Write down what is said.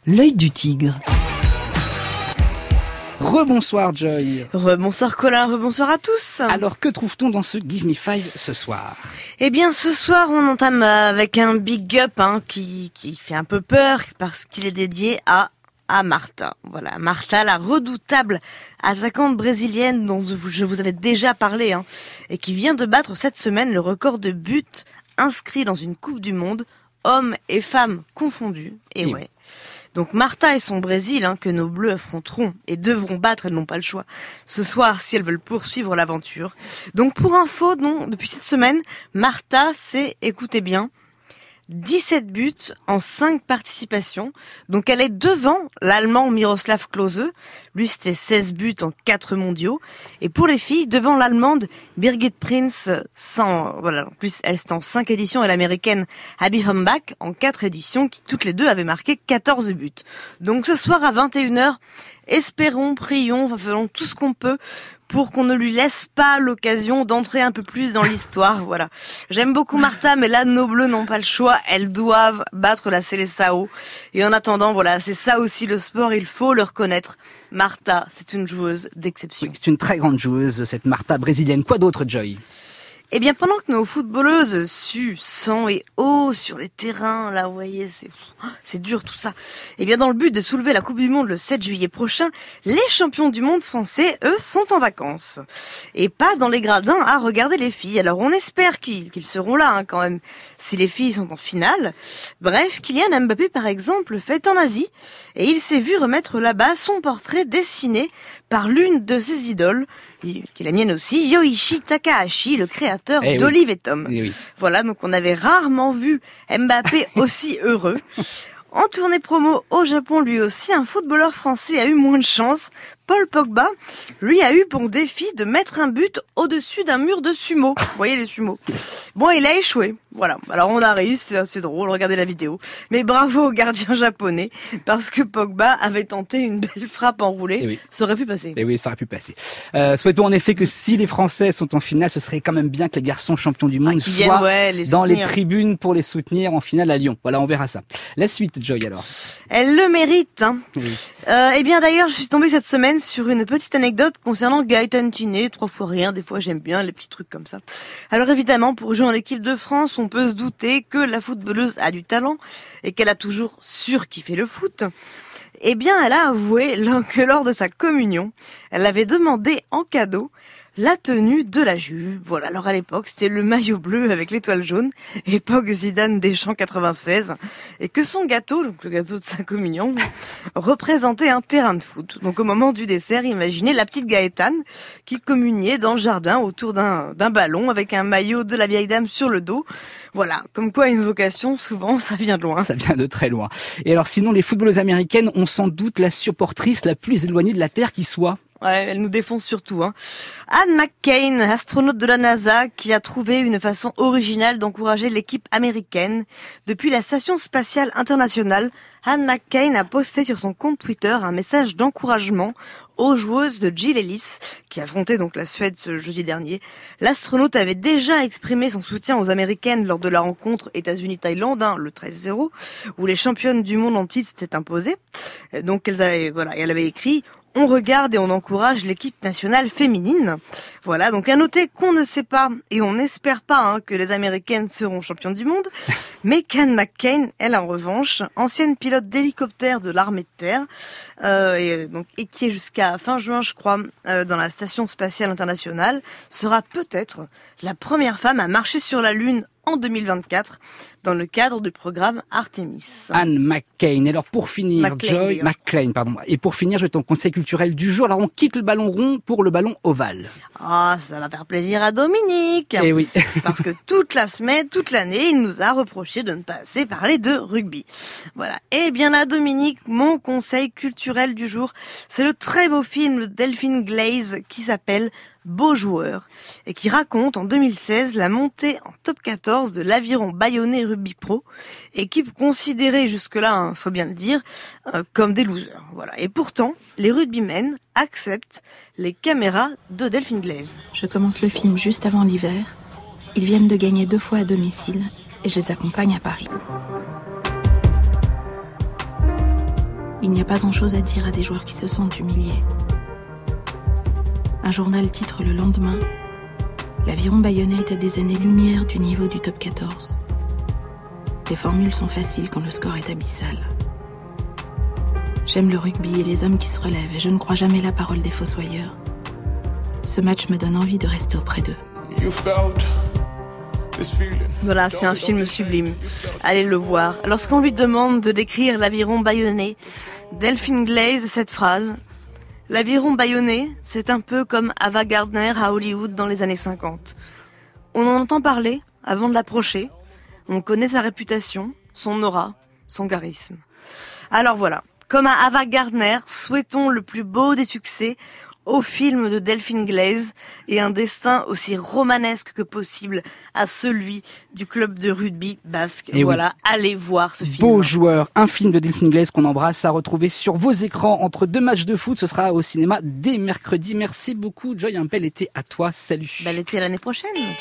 L'œil du tigre. Rebonsoir Joy. Rebonsoir Colin, rebonsoir à tous. Alors que trouve-t-on dans ce Give Me Five ce soir? Eh bien ce soir on entame avec un big up qui fait un peu peur parce qu'il est dédié à Marta. Voilà, Marta, la redoutable attaquante brésilienne dont je vous avais déjà parlé et qui vient de battre cette semaine le record de buts inscrits dans une Coupe du Monde, hommes et femmes confondus. Et ouais. Donc Marta et son Brésil, que nos Bleus affronteront et devront battre, elles n'ont pas le choix, ce soir si elles veulent poursuivre l'aventure. Donc pour info, depuis cette semaine, Marta, c'est, écoutez bien, 17 buts en 5 participations. Donc elle est devant l'Allemand Miroslav Klose. Lui, c'était 16 buts en 4 mondiaux. Et pour les filles, devant l'Allemande Birgit Prinz, plus elle c'était en 5 éditions, et l'Américaine Abby Humbach en 4 éditions, qui toutes les deux avaient marqué 14 buts. Donc ce soir à 21h, espérons, prions, faisons tout ce qu'on peut pour qu'on ne lui laisse pas l'occasion d'entrer un peu plus dans l'histoire. Voilà. J'aime beaucoup Marta, mais là, nos Bleus n'ont pas le choix. Elles doivent battre la Seleção. Et en attendant, voilà, c'est ça aussi le sport, il faut le reconnaître. Marta, c'est une joueuse d'exception. Oui, c'est une très grande joueuse, cette Marta brésilienne. Quoi d'autre, Joy? Eh bien, pendant que nos footballeuses suent sang et eau sur les terrains, là, vous voyez, c'est dur tout ça. Eh bien, dans le but de soulever la Coupe du Monde le 7 juillet prochain, les champions du monde français, eux, sont en vacances. Et pas dans les gradins à regarder les filles. Alors, on espère qu'ils seront là, quand même, si les filles sont en finale. Bref, Kylian Mbappé, par exemple, fait en Asie, et il s'est vu remettre là-bas son portrait dessiné par l'une de ses idoles, qui est la mienne aussi, Yoichi Takahashi, le créateur d'Olive et Tom. Oui. Voilà, donc on avait rarement vu Mbappé aussi heureux. En tournée promo au Japon, lui aussi, un footballeur français a eu moins de chance. Paul Pogba, lui, a eu pour défi de mettre un but au-dessus d'un mur de sumo. Vous voyez les sumos. Bon, il a échoué. Voilà. Alors on a réussi, c'est assez drôle, regardez la vidéo. Mais bravo au gardien japonais, parce que Pogba avait tenté une belle frappe enroulée. Ça aurait pu passer. Et oui, ça aurait pu passer. Souhaitons en effet que si les Français sont en finale, ce serait quand même bien que les garçons champions du monde soient dans les tribunes pour les soutenir en finale à Lyon. Voilà, on verra ça. La suite, Joy, alors. Elle le mérite. Oui. Eh bien d'ailleurs, je suis tombée cette semaine sur une petite anecdote concernant Gaëtan Tiné. 3 fois rien, des fois j'aime bien les petits trucs comme ça. Alors évidemment, pour jouer en équipe de France, on peut se douter que la footballeuse a du talent et qu'elle a toujours surkiffé le foot. Eh bien, elle a avoué que lors de sa communion, elle avait demandé en cadeau la tenue de la Juve. Voilà, alors à l'époque, c'était le maillot bleu avec l'étoile jaune, époque Zidane Deschamps 96, et que son gâteau, donc le gâteau de sa communion, représentait un terrain de foot. Donc au moment du dessert, imaginez la petite Gaëtane qui communiait dans le jardin autour d'un ballon avec un maillot de la vieille dame sur le dos. Voilà, comme quoi une vocation, souvent, ça vient de loin. Ça vient de très loin. Et alors sinon, les footballeuses américaines ont sans doute la supportrice la plus éloignée de la Terre qui soit. Ouais, elle nous défonce surtout. Anne McCain, astronaute de la NASA, qui a trouvé une façon originale d'encourager l'équipe américaine. Depuis la Station Spatiale Internationale, Anne McCain a posté sur son compte Twitter un message d'encouragement aux joueuses de Jill Ellis, qui affrontaient donc la Suède ce jeudi dernier. L'astronaute avait déjà exprimé son soutien aux Américaines lors de la rencontre États-Unis-Thaïlande, le 13-0, où les championnes du monde en titre s'étaient imposées. Donc elle avait écrit: on regarde et on encourage l'équipe nationale féminine. Voilà, donc à noter qu'on ne sait pas et on n'espère pas que les Américaines seront championnes du monde, mais qu'Anne McCain, elle en revanche, ancienne pilote d'hélicoptère de l'armée de terre, et qui est jusqu'à fin juin, je crois, dans la Station Spatiale Internationale, sera peut-être la première femme à marcher sur la Lune en 2024 dans le cadre du programme Artemis. Anne McCain. Alors pour finir, Joy McClain, pardon. Et pour finir, je ton conseil culturel du jour. Alors on quitte le ballon rond pour le ballon ovale. Ah, ça va faire plaisir à Dominique. Eh oui. Parce que toute la semaine, toute l'année, il nous a reproché de ne pas assez parler de rugby. Voilà. Eh bien là, Dominique, mon conseil culturel du jour, c'est le très beau film de Delphine Glaze qui s'appelle Beau joueur, et qui raconte en 2016 la montée en top 14 de l'Aviron Bayonnais Rugby Pro, équipe considérée jusque-là, faut bien le dire, comme des losers. Voilà. Et pourtant, les rugbymen acceptent les caméras de Delphine Glaze. Je commence le film juste avant l'hiver. Ils viennent de gagner 2 fois à domicile et je les accompagne à Paris. Il n'y a pas grand-chose à dire à des joueurs qui se sentent humiliés. Un journal titre le lendemain « L'Aviron Bayonnais est à des années-lumière du niveau du top 14 ». Les formules sont faciles quand le score est abyssal. J'aime le rugby et les hommes qui se relèvent et je ne crois jamais la parole des fossoyeurs. Ce match me donne envie de rester auprès d'eux. Voilà, c'est un film sublime. Allez le voir. Lorsqu'on lui demande de décrire l'Aviron Bayonnais, Delphine Glaze a cette phrase. L'Aviron Bayonnais, c'est un peu comme Ava Gardner à Hollywood dans les années 50. On en entend parler avant de l'approcher. On connaît sa réputation, son aura, son charisme. Alors voilà, comme à Ava Gardner, souhaitons le plus beau des succès au film de Delphine Glaze et un destin aussi romanesque que possible à celui du club de rugby basque. Et voilà, oui. Allez voir ce film. Beau joueur, un film de Delphine Glaze qu'on embrasse à retrouver sur vos écrans entre 2 matchs de foot. Ce sera au cinéma dès mercredi. Merci beaucoup Joy, un bel été à toi. Salut. Bel été l'année prochaine.